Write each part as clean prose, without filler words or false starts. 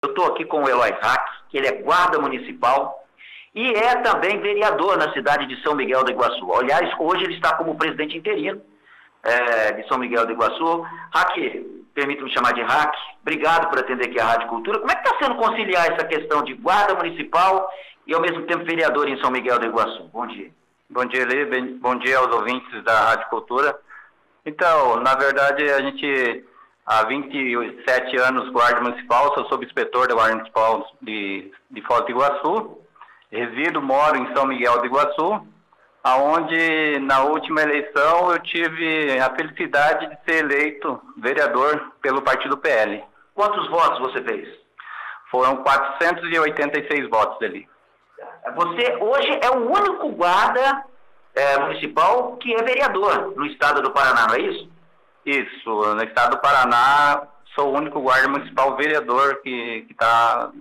Eu estou aqui com o Eloy Hack, que ele é guarda municipal e é também vereador na cidade de São Miguel do Iguaçu. Aliás, hoje ele está como presidente interino de São Miguel do Iguaçu. Hack, permita-me chamar de Hack, obrigado por atender aqui a Rádio Cultura. Como é que está sendo conciliar essa questão de guarda municipal e ao mesmo tempo vereador em São Miguel do Iguaçu? Bom dia. Bom dia, Eli. Bom dia aos ouvintes da Rádio Cultura. Então, na verdade, a gente, há 27 anos, guarda municipal, sou subinspetor da Guarda Municipal de Foz do Iguaçu, moro em São Miguel do Iguaçu, aonde na última eleição eu tive a felicidade de ser eleito vereador pelo partido PL. Quantos votos você fez? Foram 486 votos ali. Você hoje é o único guarda municipal que é vereador no estado do Paraná, não é isso? Isso, no estado do Paraná sou o único guarda municipal vereador que está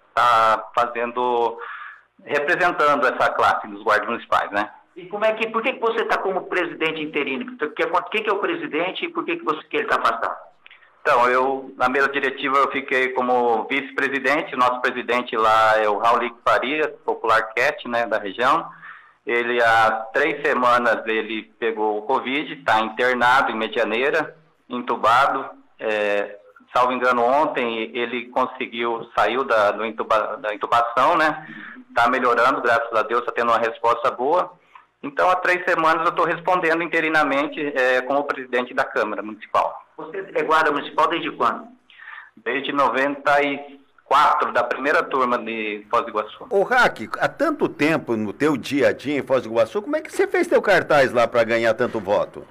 representando essa classe dos guardas municipais, né? E por que você está como presidente interino? Quem é o presidente e por que ele está afastado? Então, na mesa diretiva eu fiquei como vice-presidente. O nosso presidente lá é o Raulique Farias, popular Cat, né, da região. Ele, há 3 semanas, ele pegou o Covid, está internado em Medianeira, entubado. Salvo engano, ontem ele saiu da intubação, né? Está melhorando, graças a Deus, está tendo uma resposta boa. Então, há 3 semanas eu estou respondendo interinamente como presidente da Câmara Municipal. Você é guarda municipal desde quando? Desde 94, da primeira turma de Foz do Iguaçu. Ô Hack, há tanto tempo no teu dia a dia em Foz do Iguaçu, como é que você fez teu cartaz lá para ganhar tanto voto?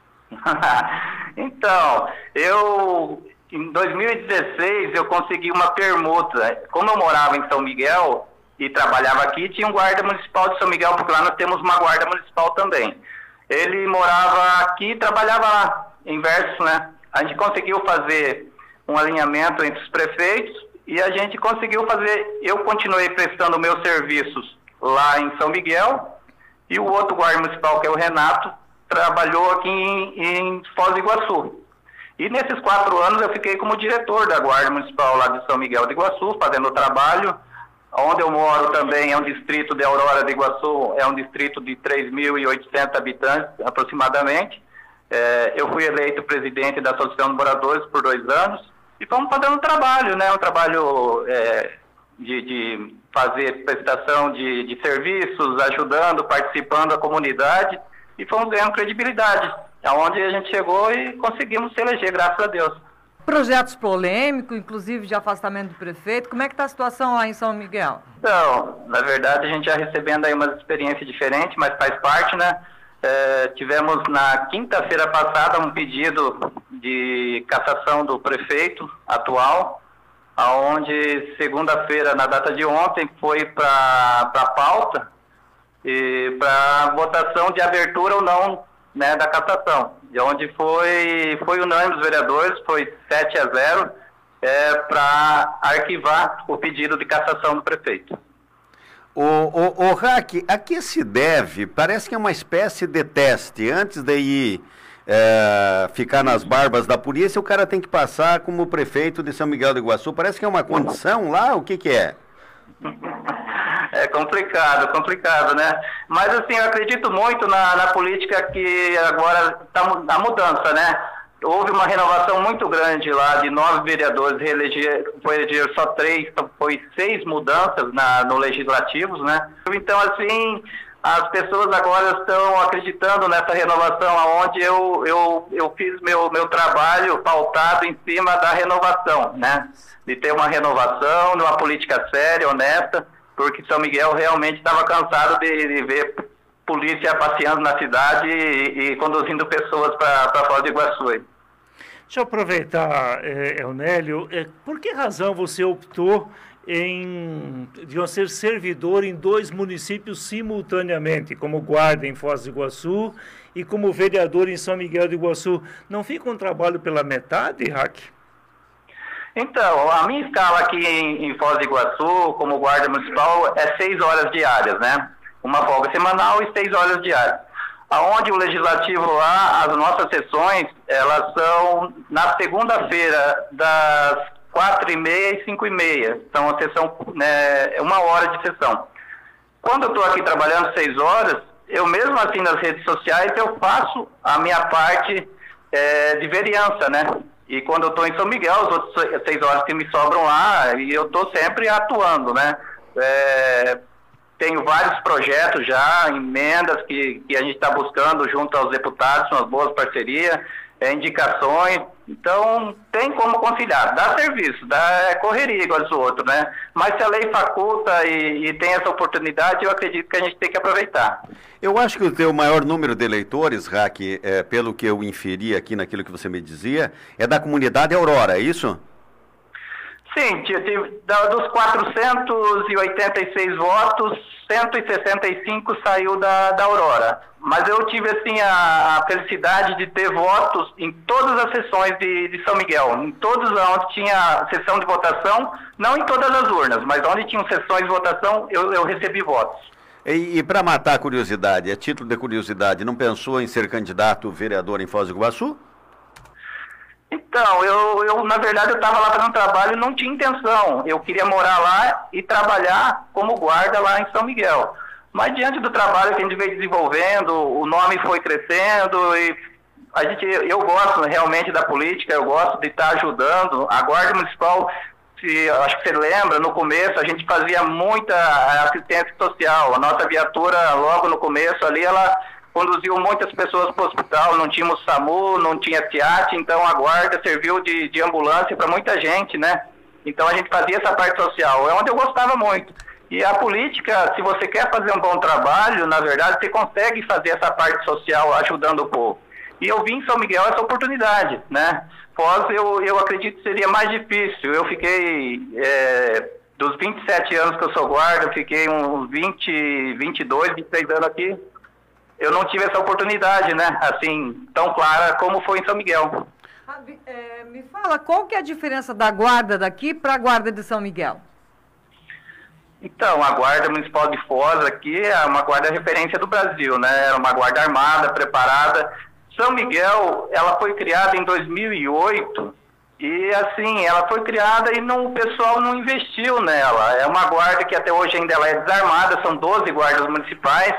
Então, em 2016 eu consegui uma permuta. Como eu morava em São Miguel e trabalhava aqui, tinha um guarda municipal de São Miguel, porque lá nós temos uma guarda municipal também. Ele morava aqui e trabalhava lá, inverso, né? A gente conseguiu fazer um alinhamento entre os prefeitos e a gente conseguiu eu continuei prestando meus serviços lá em São Miguel e o outro guarda municipal, que é o Renato, trabalhou aqui em Foz do Iguaçu. E nesses 4 anos eu fiquei como diretor da Guarda Municipal lá de São Miguel do Iguaçu, fazendo o trabalho. Onde eu moro também é um distrito de Aurora do Iguaçu, é um distrito de 3.800 habitantes aproximadamente. Eu fui eleito presidente da Associação de Moradores por 2 anos e fomos fazendo um trabalho, né? Um trabalho de fazer prestação de serviços, ajudando, participando da comunidade e fomos ganhando credibilidade. Aonde a gente chegou e conseguimos se eleger, graças a Deus. Projetos polêmicos, inclusive de afastamento do prefeito. Como é que está a situação lá em São Miguel? Então, na verdade, a gente já recebendo aí umas experiências diferentes, mas faz parte, né? Tivemos na quinta-feira passada um pedido de cassação do prefeito atual, aonde segunda-feira, na data de ontem, foi para pauta e para votação de abertura ou não, né, da cassação, de onde foi unânime dos vereadores, foi 7-0, para arquivar o pedido de cassação do prefeito. O Hack, a que se deve? Parece que é uma espécie de teste. Antes de ir ficar nas barbas da polícia, o cara tem que passar como prefeito de São Miguel do Iguaçu. Parece que é uma condição lá, o que é? É complicado, né? Mas assim, eu acredito muito na política que agora está a mudança, né? Houve uma renovação muito grande lá, de 9 vereadores, foi eleger só 3, então foi 6 mudanças no legislativos, né? Então, assim, as pessoas agora estão acreditando nessa renovação, onde eu fiz meu trabalho pautado em cima da renovação, né? De ter uma renovação, de uma política séria, honesta, porque São Miguel realmente estava cansado de ver polícia passeando na cidade e conduzindo pessoas para Foz do Iguaçu. Deixa eu aproveitar, Eunélio, por que razão você optou de ser servidor em 2 municípios simultaneamente, como guarda em Foz do Iguaçu e como vereador em São Miguel do Iguaçu? Não fica um trabalho pela metade, Hack? Então, a minha escala aqui em Foz do Iguaçu, como guarda municipal, é 6 horas diárias, né? Uma folga semanal e 6 horas diárias. Aonde o legislativo lá, as nossas sessões, elas são na segunda-feira, das 4h30 e 5h30. Então, a sessão, né, é 1 hora de sessão. Quando eu estou aqui trabalhando 6 horas, eu mesmo assim nas redes sociais, eu faço a minha parte de vereança, né? E quando eu estou em São Miguel, as outras 6 horas que me sobram lá, e eu estou sempre atuando, né? Tenho vários projetos já, emendas que a gente está buscando junto aos deputados, umas boas parcerias, indicações. Então, tem como conciliar. Dá serviço, dá correria igual do outro, né? Mas se a lei faculta e tem essa oportunidade, eu acredito que a gente tem que aproveitar. Eu acho que o teu maior número de eleitores, Raque, pelo que eu inferi aqui naquilo que você me dizia, é da comunidade Aurora, é isso? Sim, dos 486 votos, 165 saiu da Aurora. Mas eu tive, assim, a felicidade de ter votos em todas as sessões de São Miguel. Em todas onde tinha sessão de votação, não em todas as urnas, mas onde tinham sessões de votação, eu recebi votos. E para matar a curiosidade, a título de curiosidade, não pensou em ser candidato vereador em Foz do Iguaçu? Então, eu na verdade, eu estava lá fazendo trabalho e não tinha intenção. Eu queria morar lá e trabalhar como guarda lá em São Miguel. Mas diante do trabalho que a gente veio desenvolvendo, o nome foi crescendo e eu gosto realmente da política, eu gosto de estar ajudando. A Guarda Municipal, acho que você lembra, no começo a gente fazia muita assistência social. A nossa viatura, logo no começo ali, ela conduziu muitas pessoas para o hospital, não tínhamos SAMU, não tinha SIAT, então a guarda serviu de ambulância para muita gente, né? Então a gente fazia essa parte social, é onde eu gostava muito. E a política, se você quer fazer um bom trabalho, na verdade, você consegue fazer essa parte social ajudando o povo. E eu vi em São Miguel essa oportunidade, né? Foz, eu acredito que seria mais difícil. Eu fiquei, dos 27 anos que eu sou guarda, eu fiquei uns 20, 22, 23 anos aqui. Eu não tive essa oportunidade, né? Assim, tão clara como foi em São Miguel. Me fala, qual que é a diferença da guarda daqui para a guarda de São Miguel? Então, a Guarda Municipal de Foz aqui é uma guarda referência do Brasil, né? Era uma guarda armada, preparada. São Miguel, ela foi criada em 2008 e, assim, ela foi criada e o pessoal não investiu nela. É uma guarda que até hoje ainda ela é desarmada, são 12 guardas municipais.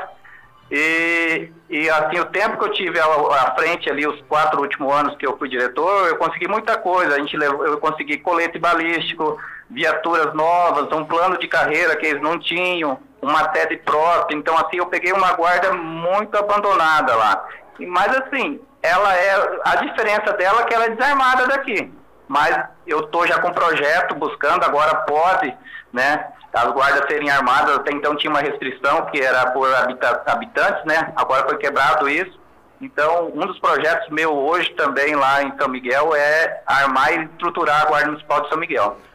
E assim, o tempo que eu tive à frente ali, os 4 últimos anos que eu fui diretor, eu consegui muita coisa. Eu consegui colete balístico, viaturas novas, um plano de carreira que eles não tinham, uma sede própria. Então, assim, eu peguei uma guarda muito abandonada lá. Mas, assim, a diferença dela é que ela é desarmada daqui. Mas eu estou já com projeto buscando, agora pode, né? As guardas serem armadas, até então tinha uma restrição que era por habitantes, né? Agora foi quebrado isso. Então, um dos projetos meu hoje também lá em São Miguel é armar e estruturar a Guarda Municipal de São Miguel.